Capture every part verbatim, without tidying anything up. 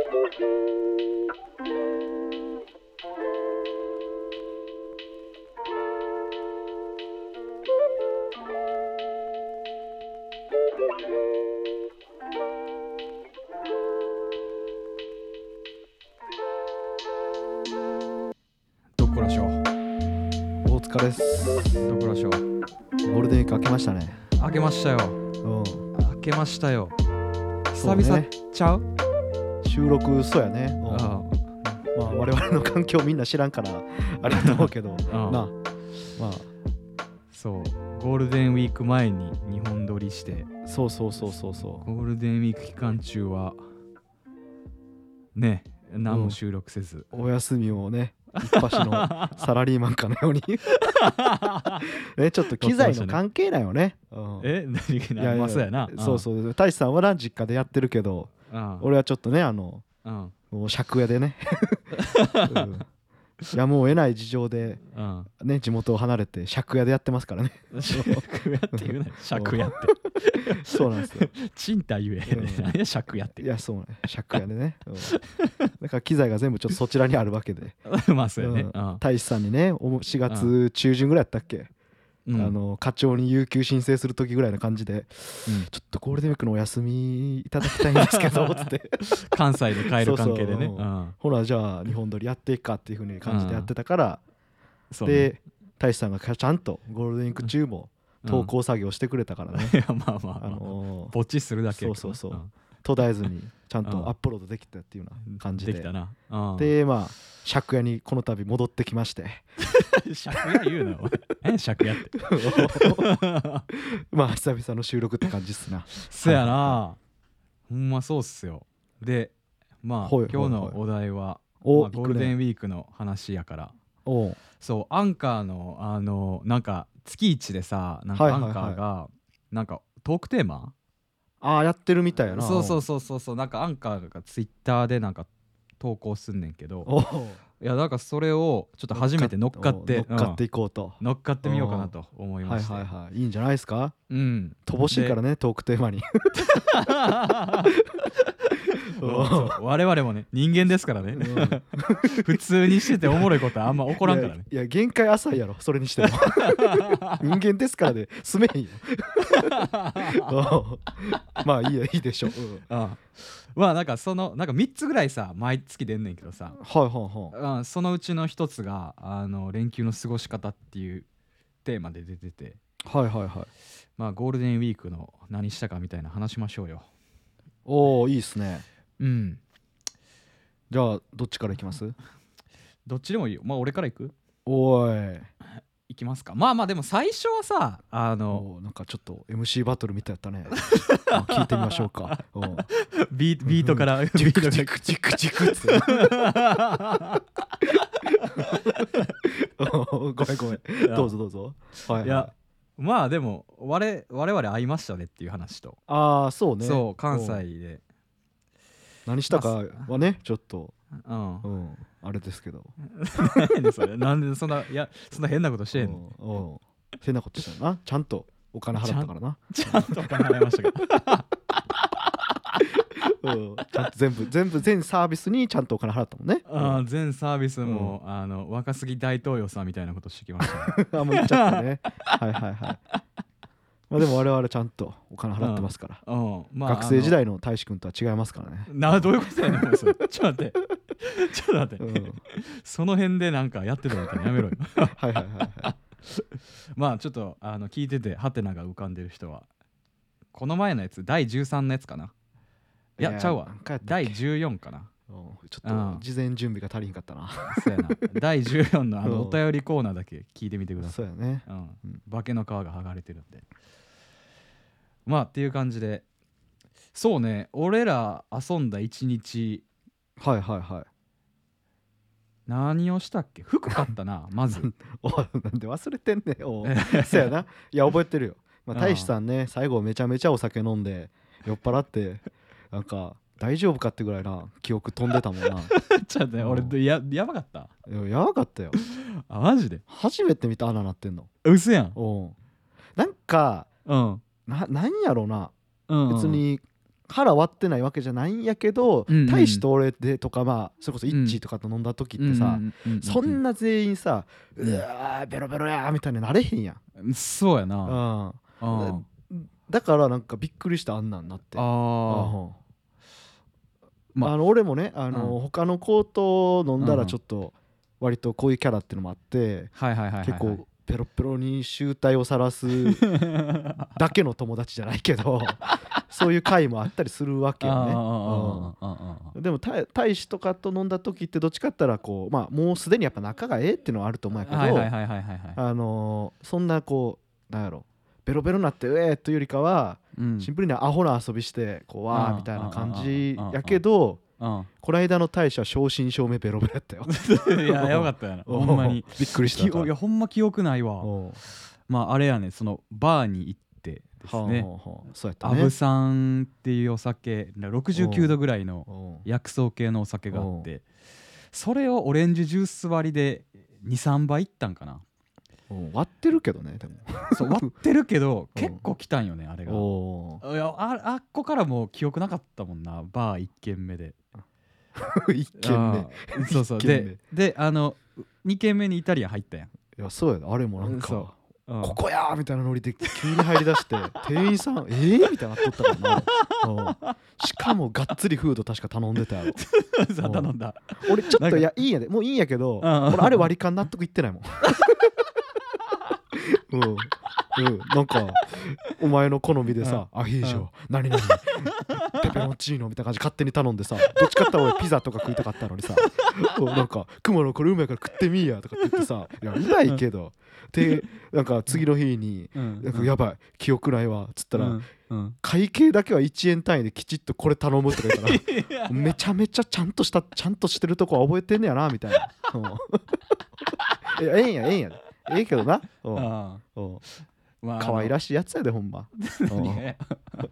どっこらしょお疲れっす。 どっこらしょゴールデンウィーク明けましたね。 明けましたよ。 うん。 明けましたよ。 そうね久々ちゃう？ 収録そうやね。うん、 あまあ我々の環境みんな知らんからあれだと思うけどあなあ、まそうゴールデンウィーク前ににほん撮りしてあそうそうそうそうそゴールデンウィーク期間中はね何も収録せず、 うお休みをね一発のサラリーマンかのようにねちょっと機材の関係だよね。うん、 え何がいやいやまあそうやな。 そうそう大志さんはな実家でやってるけど、 うん俺はちょっとねあのうんもう借家でね、うん、やむを得ない事情でうんね地元を離れて借家でやってますからね。 借家って言うなよ。借家ってそうなんですよ。 賃貸言え。 うん何や借家って。 いやそうね借家でね、うん、だから機材が全部ちょっとそちらにあるわけでまあそうやね。 ううんん大志さんにねおしがつ中旬ぐらいやったっけ、 うんあの課長に有給申請する時ぐらいな感じで、 うんちょっとゴールデンウィークのお休みいただきたいんですけどつって関西で帰る関係でね。 そうそううんほらじゃあ日本撮りやっていくかっていう風に感じでやってたから、 そうねで大志さんがちゃんとゴールデンウィーク中も投稿作業してくれたからね、 いやまあまあまあ、 あのーぼっちするだけやけどな。 そうそうそううん途絶えずにちゃんうんとアップロードできたっていうような感じでできたな。うん、 でまあ借家にこの度戻ってきまして借家言うなお前。え借家って。 まあ久々の収録って感じっすな。 そやな、ほんまそうっすよ。でまあほいほいほい今日のお題は、 お、 まあ、ゴールデンウィーィークの話やから、 おうそうアンカーのあのなんか月一でさなんかアンカーがなんかトークテーマ、 ああやってるみたいやな。 そうそうそうそうそうなんかアンカーがツイッターでなんか投稿すんねんけど、 おういやなんかそれをちょっと初めて乗っかって乗っかっていこうと、 乗っかってみようかなと思いはいまして、 はいはいいいんじゃないですか。 うん乏しいからねトークテーマにそうそう我々もね人間ですからね、 うん普通にしてておもろいことはあんま起こらんからね。 いやいや限界浅いやろそれにしても人間ですからで済めへんよおうまあいいやいいでしょう、うんああまあなんかそのなんかみっつぐらいさ毎月出んねんけどさ、 はいはいはいあそのうちのひとつがあの連休の過ごし方っていうテーマで出てて、 はいはいはいまあゴールデンウィークの何したかみたいな話しましょうよ。 おおいいっすね。 うんじゃあどっちからいきます。 どっちでもいいよ。まあ俺から行くおい行きますか。まあまあでも最初はさあのおなんかちょっと エムシー バトルみたいやったねまあ聞いてみましょうか。おビービートからビチートからクチクチクチクっておごめんごめんどうぞどうぞ。はい、はい、 いやまあでも我我々会いましたねっていう話と、 ああそうねそう関西で何したかはねちょっと、 うんうん、あれですけど何それなんでそんないやそんな変なことしてんの。 うんうん変なことしたよなちゃんとお金払ったからなちゃんとお金払いましたけどうんちゃんと全部全部全サービスにちゃんとお金払ったもんね。 あー全サービスも、あの若杉大統領さんみたいなことしてきましたね。 あもう言っちゃったねはいはいはいまあでも我々ちゃんとお金払ってますから、 うんまあ、 学生時代の大志くんとは違いますからね。 などういうことやねんお前それちょっと待ってちょっと待って、 うんその辺でなんかやってたみたいなやめろよはいはいはいはいまあちょっとあの聞いててハテナが浮かんでる人はこの前のやつだいじゅうさんのやつかな。いやいやちゃうわなんかやったっけだいじゅうよんかな。 うんちょっと事前準備が足りんかったなそうやなだいじゅうよんのあうんのお便りコーナーだけ聞いてみてください。 そうやねうんうん化けの皮が剥がれてるんでまあっていう感じでそうね俺ら遊んだ一日はいはいはい何をしたっけ。服買ったなまずおなんで忘れてんねんおそうやないや覚えてるよ、まあ、 ああ大志さんね最後めちゃめちゃお酒飲んで酔っ払ってなんか大丈夫かってぐらいな記憶飛んでたもんなちょっとねうん俺ややばかった。 いややばかったよあマジで初めて見た穴なってんの。 嘘やん。 おなんかうんななんやろなうん別に腹割ってないわけじゃないんやけど、 うんうん大使と俺でとかまあそれこそイッチーとかと飲んだ時ってさ、そんなな全員さ、 ううんわーベロベロやーみたいになれへんやん。 そうやな。 うんあだからなんかびっくりしたあんなんなってあうんまああの俺もねあの、 うん他の子と飲んだうんうんらちょっと割とこういうキャラっていうのもあって、 はいはいはいはいはい結構ペロペロに醜態を晒すだけの友達じゃないけどそういう回もあったりするわけよね。 あーあーあーあーあーうんでも大大使とかと飲んだ時ってどっちかって言ったらこうまあもうすでにやっぱ仲がええっていうのはあると思うんやけど、 はいはいはいはいはいはいあのーそんなこうなんやろベロベロなってうえーというよりかはうんシンプルにアホな遊びしてこうわあーーみたいな感じやけど、 うんこの間の大使は正真正銘ベロベロやったよ。 いややばかったよなほんまにびっくりしたきいやほんま記憶ないわ。 おうまああれやねそのバーに行ってですね、 はあはあはあそうやったね。 アブさんっていうお酒ろくじゅうきゅうどぐらいのおう薬草系のお酒があってそれをオレンジジュース割りでにさんばいいったんかな。 おう割ってるけどねでも。 そう割ってるけど結構来たんよねあれが。 おいや あ, あっこからもう記憶なかったもんなバーいっけんめで。 う一軒目。 あーそうそう一軒目でであのにけんめにイタリアン入ったやん。 いやそうやなあれもなんかそううんここやーみたいなノリで急に入りだして店員さんえーみたいになっとったからなうんしかもがっつりフード確か頼んでたやろそう頼んだ。 俺ちょっなんかといやいいんやでもういいんやけどうんうん俺あれ割り勘納得いってないもんうんうんなんかお前の好みでさアヒージョ何々ペペロンチーノみたいな感じ勝手に頼んでさどっちかって言ったら俺ピザとか食いたかったのにさうんなんか「熊野これうまいから食ってみいや」とかって言ってさ「いやうまいけど」でなんか次の日にうんなんかやばい記憶ないわっつったら、 うんうん会計だけはいちえん単位できちっとこれ頼むとか言ったらめちゃめちゃちゃんとしたちゃんとしてるとこは覚えてんねやなみたいなうんいやええんやええんやええけどなうんあうんーまあ可愛らしいやつやでほんまうん何がや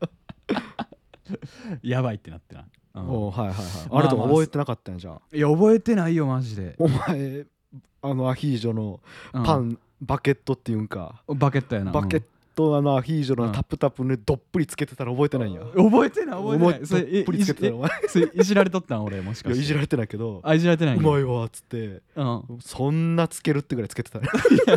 やばいってなってな。うんおはいはいはいまああれとか覚えてなかったんやじゃあいや覚えてないよマジで。 お前あのアヒージョのうんパンバケットっていうんかバケットやな。 バケットあのアヒージョのタップタップねどっぷりつけてたら覚えてないんやうん覚えてない覚えてない。 どっそれぷりつけてたらお前いそれいじられとったん俺もしかして。 いやいじられてないけどあいじられてないうまいわっつってうんそんなつけるってぐらいつけてたね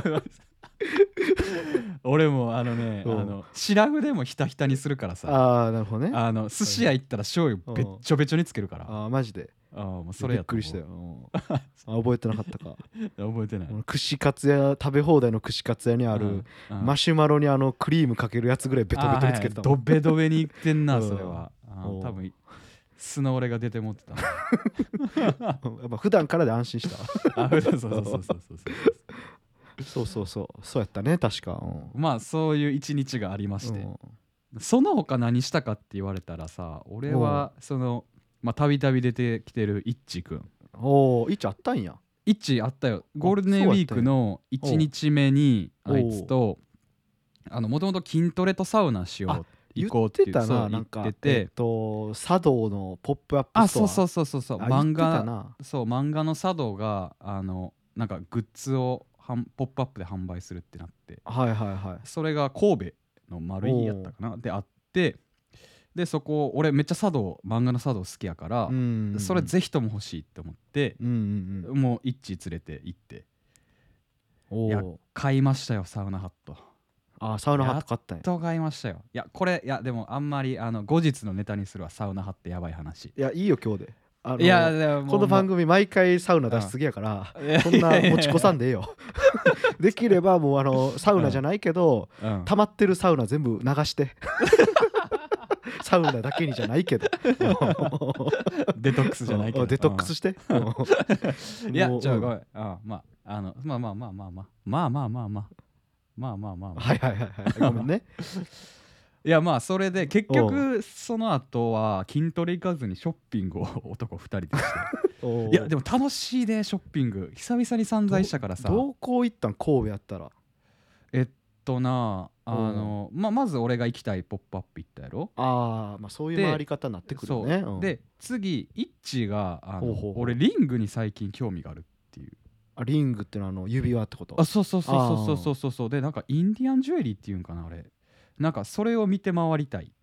俺もあのねあうんの白髪でもひたひたにするからさああなるほどねあの寿司屋行ったら醤油べっちょべちょにつけるから。 ああマジであーもうそれやと思うびっくりしたようんあ覚えてなかったか覚えてない。 俺串カツ屋食べ放題の串カツ屋にあるうんマシュマロにあのクリームかけるやつぐらいベトベトにつけてたあーはいもんドベドベにいってんなうんそれは。あーおう多分素の俺が出て持ってた。 やっぱ普段からで安心したあそうそうそうそうそうそう。 そうそうそうそうやったね確かうんまあそういう一日がありまして、 うんその他何したかって言われたらさ俺はそのまあたびたび出てきてるイッチくんおお一あったんやイッチあったよゴールデンウィークのいちにちめにおうあいつとあのもともと筋トレとサウナしよう行こうっていう言ってたそう言ななんかってえってと茶道のポップアップあストアそうそうそうそうそうあ漫言ってた画なそう漫画の茶道があのなんかグッズをはんポップアップで販売するってなってはいはいはいそれが神戸の丸いやったかなであってでそこ俺めっちゃ茶道漫画の茶道好きやから、 うんそれぜひとも欲しいって思って、 うんうんうんもう一致連れて行っていやおお買いましたよサウナハットあサウナハット買ったんやと買いましたよ。いやこれいやでもあんまりあの後日のネタにするわサウナハってやばい話。 いやいいよ今日であのいやでももうこの番組毎回サウナ出しすぎやからいやそんな持ち越さんでええよできればもうあのサウナじゃないけどうん溜まってるサウナ全部流してサウナだけにじゃないけどデトックスじゃないけどデトックスしてうんいやもううんじゃあごめんあまああのまあまあまあまあまあまあまあまあまあまあまあまあまあはいはいはいはいごめんねいやまあそれで結お局その後は筋トレ行かずにショッピングを男ふたりでしていやでも楽しいでショッピング久々に散財したからさどこ行ったん神戸やったらえっとなあのまあまず俺が行きたいポップアップ行ったやろああまあそういうで回り方になってくるよねうんで次イッチがあのほうほうほう俺リングに最近興味があるっていうあリングってのはあの指輪ってことあそうそうそうそうそうそうそうでなんかインディアンジュエリーっていうんかなあれなんかそれを見て回りたい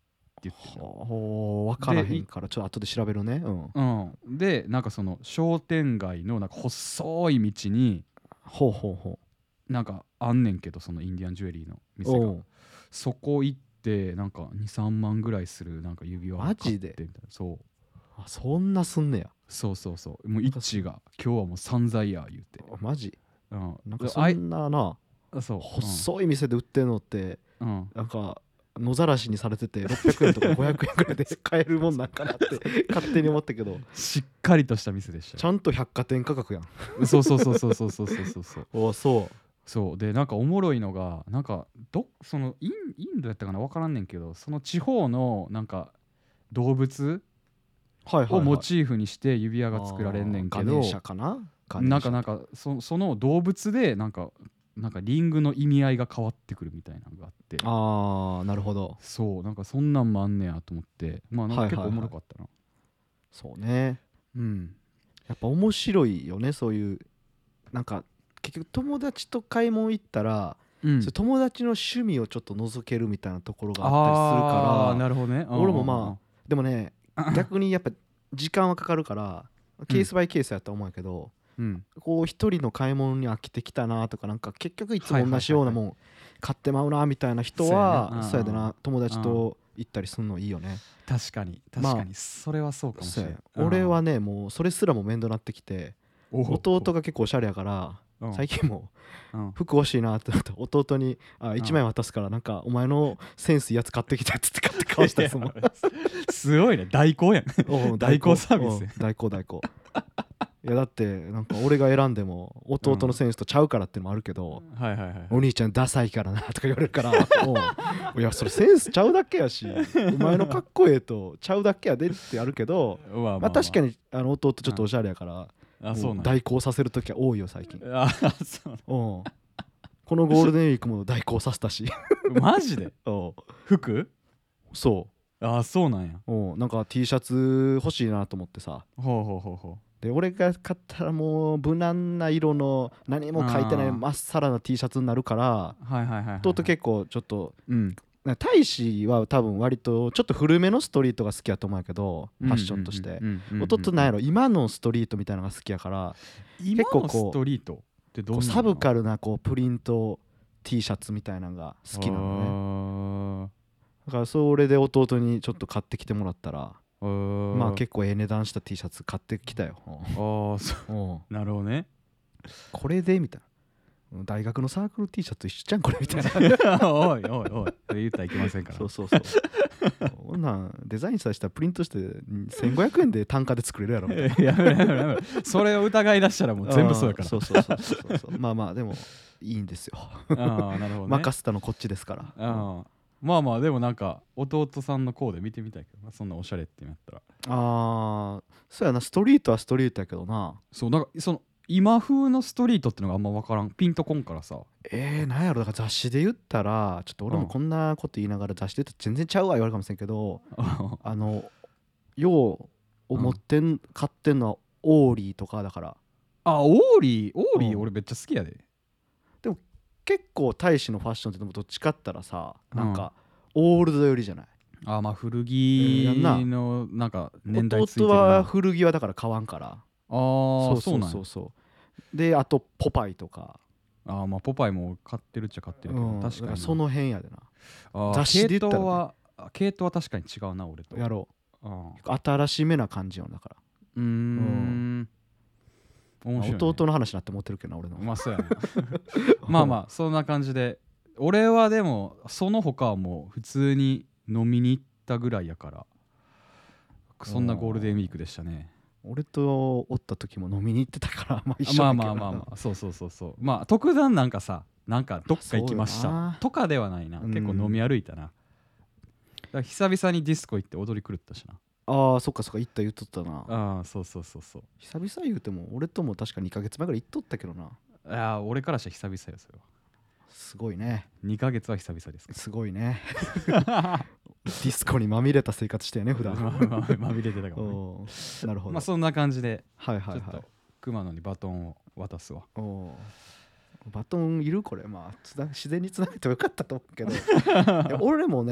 言ってるの。 ほう分からへんからちょっと後で調べるね。うん、 うん、でなんかその商店街のなんか細い道にほうほうほなんかあんねんけど、そのインディアンジュエリーのう。 店がおうそこ行ってなんかにさんまんぐらいするなんか指輪を買ってマジでみたいな。そうあそんなすんねや。 そうそうそう、もうイッチが今日はもう散財や言うて、 マジうん、 なんかそあいんななそう細い店で売ってんのってうん、うん、 なんか野ざらしにされててろっぴゃくえんとかごひゃくえんぐらいで買えるもんなんかなって勝手に思ったけどしっかりとした店でしたよ。 ちゃんと百貨店価格やん。 そうそうそうそうそうそうそうそうそうおそうそうでなんかおもろいのがなんかどそのインインドやったかな分からんねんけど、その地方のなんか動物はいはい、はい、 をモチーフにして指輪が作られんねんけど、 ガネーシャかなガネーシャなんかなんかそその動物でなんかなんかリングの意味合いが変わってくるみたいなのがあって、 ああなるほど。 そうなんかそんなんもあんねやと思って、まあなんか結構おはいはいはいもろかったな。 そうねうんやっぱ面白いよねそういうなんか結局友達と買い物行ったら、 うんそれ友達の趣味をちょっと覗けるみたいなところがあったりあーするかなるほどね。 ら俺もまあでもねあ逆にやっぱ時間はかかるからケースバイケースやと思うんやけど、 うんこう一人の買い物に飽きてきたなとかなんか結局いつも同じようなもん買ってまうなみたいな人はそうやでな友達と行ったりするのいいよね。 確かに確かにそれはそうかもしれない。 俺はねもうそれすらも面倒なってきて弟が結構おしゃれやから最近も服欲しいなってなって弟にあいちまい渡すからなんかお前のセンスいいやつ買ってきたっつって買って買わしたりするもん。 すごいね代行やん代行サービス代行代行いやだってなんか俺が選んでも弟のセンスとちゃうからっていうのもあるけど、 はいはいはい、 お兄ちゃんダサいからなとか言われるからいやそれセンスちゃうだけやしお前のかっこええとちゃうだけやでってあるけどまあ、まあまあ、確かにあの弟ちょっとおしゃれやから、うん、あそうなん代行させるときは多いよ最近。あそううんこのゴールデンウィークも代行させたしマジで服そうあそうなんや。 うんなんか T シャツ欲しいなと思ってさほうほうほうほうで俺が買ったらもう無難な色の何も書いてないまっさらな T シャツになるから弟結構ちょっと、うん、大使は多分割とちょっと古めのストリートが好きやと思うんやけどファッションとして弟なんやろ今のストリートみたいなのが好きやから結構こうストリートってどうサブカルなこうプリント T シャツみたいなのが好きなのね。だからそれで弟にちょっと買ってきてもらったらまあ結構ええ値段した T シャツ買ってきたよ。 ああそうなるほどね。 これでみたいな大学のサークル T シャツ一緒じゃんこれみたいなおいおいおい言ったらいけませんからそうそうそうこんなんデザインさせたらプリントしてせんごひゃくえんで単価で作れるやろみたいなやめろやめろやめろそれを疑い出したらもう全部そうやからそうそうそうそうそうまあまあでもいいんですよあなるほど、ね、任せたのこっちですからあまあまあでもなんか弟さんのコーデ見てみたいけどなそんなおしゃれってなったらあーそうやなストリートはストリートやけどなそうなんかその今風のストリートってのがあんま分からんピンとこんからさえー、なんやろだから雑誌で言ったらちょっと俺もこんなこと言いながら雑誌で言ったら全然ちゃうわ言われるかもしれんけどあのよう思ってん、うん、買ってんのはオーリーとかだからあオーリーオーリー俺めっちゃ好きやででも結構大使のファッションってどっちかったらさなんかオールド寄りじゃない、 うん、あまあ古着のなんか年代ついてるな弟は古着はだから買わんからああそうそうそうそうであとポパイとかあまあポパイも買ってるっちゃ買ってるけど、うん、確かにその辺やでなあ雑誌で言ったら、ね、系統は系統は確かに違うな俺とやろうあ新しめな感じよだからうーん面白い、ね、弟の話になって思ってるけどな俺のまあそうやねまあまあそんな感じで俺はでもその他はもう普通に飲みに行ったぐらいやからそんなゴールデンウィークでしたね。 俺とおった時も飲みに行ってたからまあ一緒だけどまあまあまあまあそうそうそうそうまあ特段なんかさなんかどっか行きましたとかではないな、うん、結構飲み歩いたな。だから久々にディスコ行って踊り狂ったしな。 ああそっかそっか行った言っとったな。 ああそうそうそうそう久々言うても俺とも確かにかげつまえぐらい行っとったけどな。 いや俺からしたら久々よそれは。 すごいね。 にかげつは久々ですか。 すごいねディスコにまみれた生活してよね普段ま, まみれてたかも、ね、 なるほど。 まあそんな感じで、 はいはいはい、 ちょっと熊野にバトンを渡すわ。 おバトンいるこれまあつな自然につなげてもよかったと思うけどいや俺もね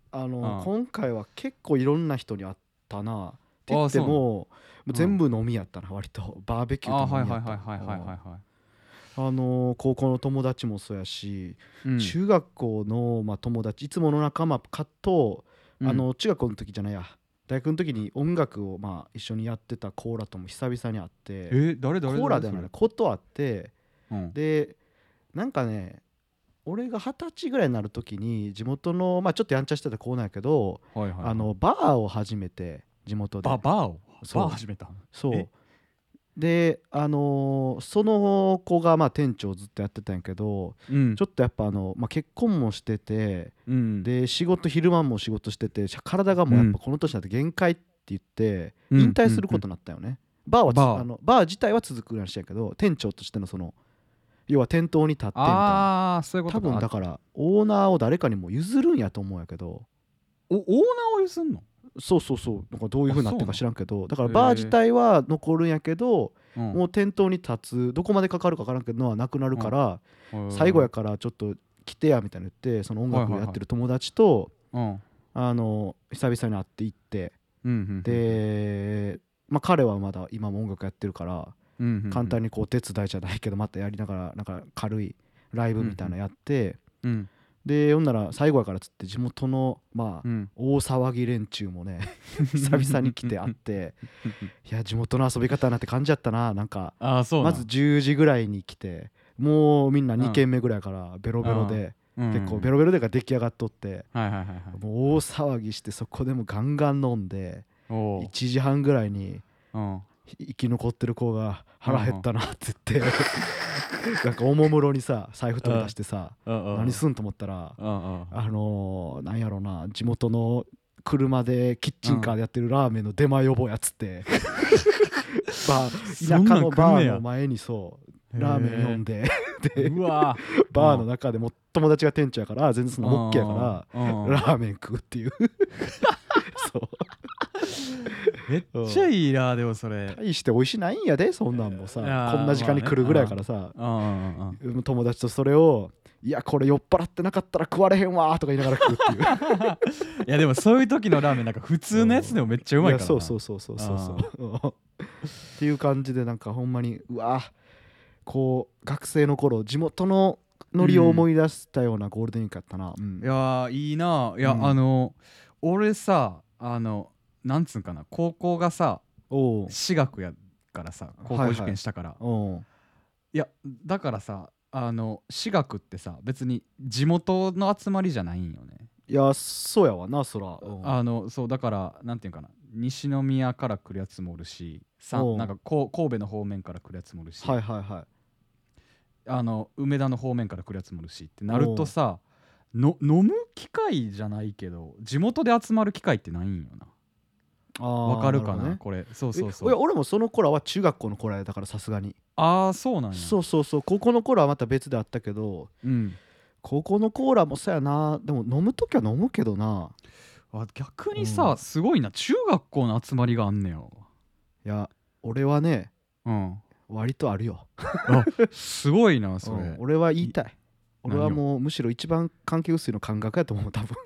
あのうん今回は結構いろんな人に会ったなって言ってあそうなのももう全部飲みやったな割とバーベキュあーとはいはい飲みやったはいはいはいはいうんはあの高校の友達もそうやしいうん中学校のまあ友達いつもの仲間かとうんあの中学校の時じゃないや大学の時に音楽をまあ一緒にやってたコーラとも久々に会ってえ誰コ誰ーラではない誰それことあってうんでなんかね俺が二十歳ぐらいになる時に地元のまあちょっとやんちゃしてた子なんやけどはいはいはいあのバーを始めて地元でババーをそうバー始めたそうえであのーその子がまあ店長をずっとやってたんやけどうんちょっとやっぱあの、まあ、結婚もしててうんで仕事昼間も仕事しててしゃ体がもうやっぱこの年になって限界って言ってうん引退することになったよね、バーはつバーあのバー自体は続くらしいんやけど店長としてのその要は店頭に立ってみたいなああそういうこと多分だらからオーナーを誰かにも譲るんやと思うんやけどおオーナーを譲んのそうそうそうなんかどういう風になってるかあ知らんけどだからへーバー自体は残るんやけどうんもう店頭に立つどこまでかかるか分からんけどのはなくなるからうん最後やからちょっと来てやみたいな言ってその音楽をやってる友達とうんあの久々に会って行ってうんうんでまあ彼はまだ今も音楽やってるからうんうんうん簡単にこう手伝いじゃないけどまたやりながらなんか軽いライブみたいなのやってうんで読んだら最後やからっつって地元のまあうん大騒ぎ連中もね久々に来て会っていや地元の遊び方なんて感じやったななんかああそうなんまずじゅうじぐらいに来てもうみんなに軒目ぐらいからベロベロで結構ベロロベロでが出来上がっとってはいはいはいはいもう大騒ぎしてそこでもガンガン飲んでおいちじはんぐらいにうん生き残ってる子が腹減ったなって言ってなんかおもむろにさ財布取り出してさ何すんと思ったらうんうんあのー、なんやろな地元の車でキッチンカーでやってるラーメンの出前呼ぼうやっつってバー田舎のバーの前にそうラーメン飲んででうわバーの中でも友達が店長やから全然その OK やかららラーメン食うっていうそうめっちゃいいなでもそれ大して美味しないんやでそんなんもさいやーこんな時間に来るぐらいやからさうんうんうん友達とそれをいやこれ酔っ払ってなかったら食われへんわーとか言いながら食うっていういやでもそういう時のラーメンなんか普通のやつでもめっちゃうまいからなそうそうそうそうそうそうっていう感じでなんかほんまにうわこう学生の頃地元のノリを思い出したようなゴールデンウィークやったな、うんいやーいいないや、 うんあの俺さあのなんつうんかな高校がさおう私学やからさ高校受験したから、 おういやだからさあの私学ってさ別に地元の集まりじゃないんよね。 いやそうやわなそらうんあのそうだからなんていうんかな西宮から来るやつもおるしさおうなんかこう神戸の方面から来るやつもおるし、 はいはいはいあの梅田の方面から来るやつもおるしってなるとさの飲む機会じゃないけど地元で集まる機会ってないんよな。 あーわかるかなるほどねこれそうそうそえいやう俺もその頃は中学校の頃やだからさすがにああそうなんやそうそうそう高校の頃はまた別であったけどうん高校のコーラもそうやなでも飲む時は飲むけどなあ逆にさ、 うんすごいな中学校の集まりがあんねよ。 いや俺はねうん割とあるよあすごいなそれ、 うん俺は言いたい俺は何をもうむしろ一番関係薄いの感覚やと思う多分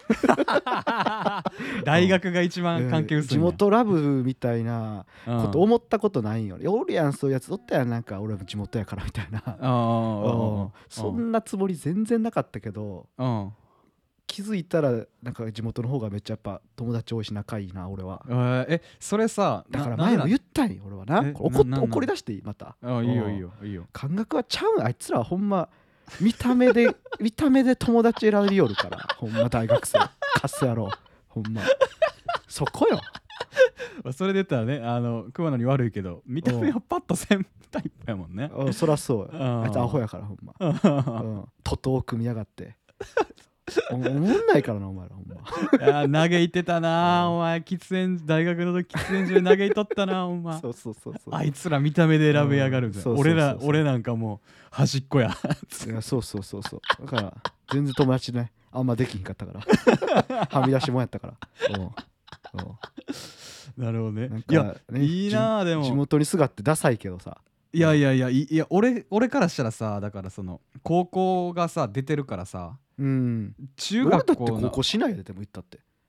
大学が一番関係薄い地元ラブみたいなここと思ったことないんよ、ね、おるやんそういうやつおったやんなんか俺も地元やからみたいなあうんそんなつもり全然なかったけどあうん気づいたらなんか地元の方がめっちゃやっぱ友達多いし仲いいな俺はえーえそれさだから前も言ったんよ俺はなえこれ怒っなな怒り出していいまたあいいよいいよいいよ感覚はちゃうんあいつらはほんま見た目で見た目で友達選びよるからほんま大学生カス野郎ほんまそこよそれで言ったらねあの熊野に悪いけど見た目はパッとせんタイプやもんね。 うんそらそうようんあいつアホやからほんまうん徒党を組みやがっておおもんないからなお前らほんまいや嘆いてたなお前喫煙大学の時喫煙所で嘆いとったなお前そうそうそうそうあいつら見た目で選びやがるぜうんそうそうそうそう俺ら俺なんかもう端っこやいやそうそうそうそうだから全然友達ねあんまできひんかったからはみ出しもんやったからうんうんなるほどねなんいやかねいいなあでも地元にすがってダサいけどさいやいやいやいいや俺俺からしたらさだからその高校がさ出てるからさうん中俺だって高学校の校しないででも言ったって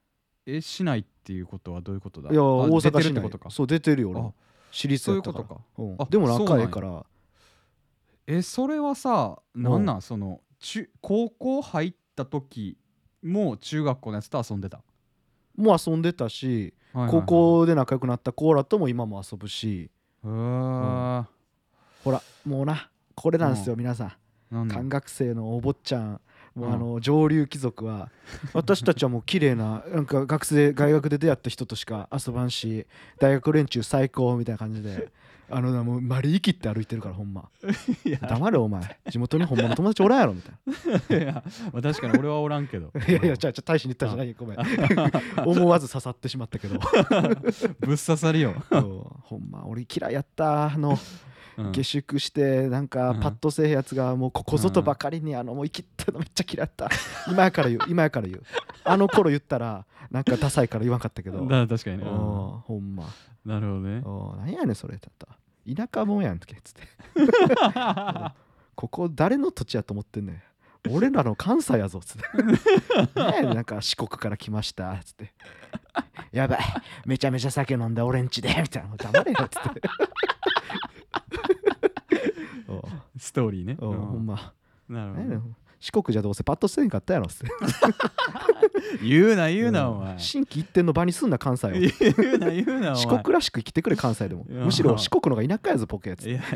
えしないっていうことはどういうことだ？ いやあ大阪市内出てるってことか。 そう出てるよ俺あも私立そうやったからいうことか。 うんあでも仲そうなんやええからえそれはさなんなんその中高校入った時も中学校のやつと遊んでた？ もう遊んでたしはいはいはい高校で仲良くなったコーラとも今も遊ぶしへーほらもうなこれなんですよ皆さんなんだ漢学生のお坊ちゃんもううんあの上流貴族は私たちはもう綺麗ななんか学生大学で出会った人としか遊ばんし大学連中最高みたいな感じであのもうまり生きって歩いてるからほんまいや黙れお前地元にほんまの友達おらんやろみたいいやまあ確かに俺はおらんけどないやいやじゃあ大使に言ったじゃないごめん思わず刺さってしまったけどぶっ刺さりよ、 そうほんま俺嫌いやったあのうん下宿してなんかパッとせえやつがもうここぞとばかりにあのもう生きったのめっちゃ嫌いやった今やから言う今やから言うあの頃言ったらなんかダサいから言わんかったけどだ確かにね、 うんうんほんまなるほどねお何やねんそれだった田舎もんやんけっつってここ誰の土地やと思ってんねん俺らの関西やぞっつって何やねんなんか四国から来ましたっつってやばいめちゃめちゃ酒飲んだ俺んちでみたいな黙れよっつっておストーリーね、 おうんほんまなるほどね、 何やねん四国じゃどうせパッとせんかったやろっつって言うな言うな、 うんお前新規一点の場にすんな関西を言うな言うなお前四国らしく生きてくれ関西でもいやむしろ四国のが田舎やぞボケやついや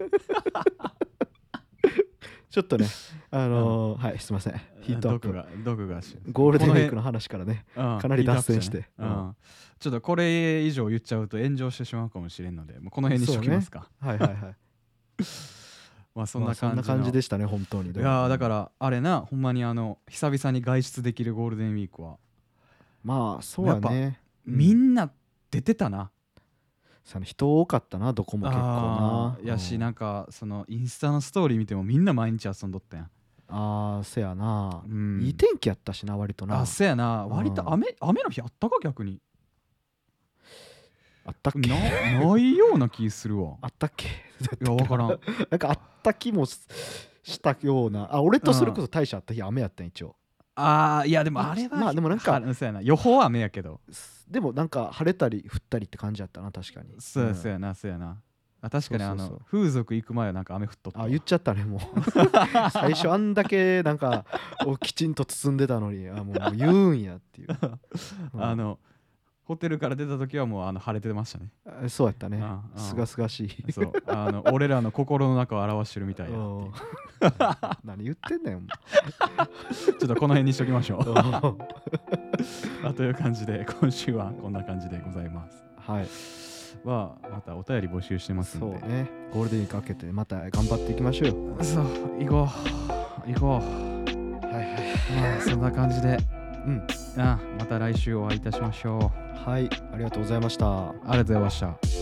ちょっとねあのーはいすいませんヒートアップ毒が毒がしゴールデンウィークの話からねかかなり脱線してうんうんちょっとこれ以上言っちゃうと炎上してしまうかもしれんのでもうこの辺にしときますか、 はいはいはいまあそんなまあそんな感じの、 感じでしたね本当にいやーだからあれなほんまにあの久々に外出できるゴールデンウィークは、 まあそうやねうんみんな出てたなさ人多かったなどこも結構なあーやしなんかそのインスタのストーリー見てもみんな毎日遊んどったやん、 あーせやなうん、 いい天気やったしな割となあせやな割と雨雨の日あったか逆にあったっけなないような気するわあったっけいや分からんなんかあった気もししたようなあ俺とそれこそ大社あった日雨やったん一応あーいやでもあれはまあでもなんかはそうやな予報は雨やけどでもなんか晴れたり降ったりって感じやったな確かにそうやんそうやなそうやなあ確かにあそうそうそうの風俗行く前はなんか雨降っとったわあ言っちゃったねもう最初あんだけなんかおきちんと包んでたのにあもう言うんやっていう、うんあのホテルから出た時はもうあの晴れてましたねあそうやったねああすがすがしいそうあの俺らの心の中を表してるみたいやっていううん何言ってんだよちょっとこの辺にしときましょうお前あという感じで今週はこんな感じでございますはいはまたお便り募集してますそんでうねゴールデンにかけてまた頑張っていきましょうよそう行こう行こうはいはいまあそんな感じでうんあまた来週お会いいたしましょうはいありがとうございましたありがとうございました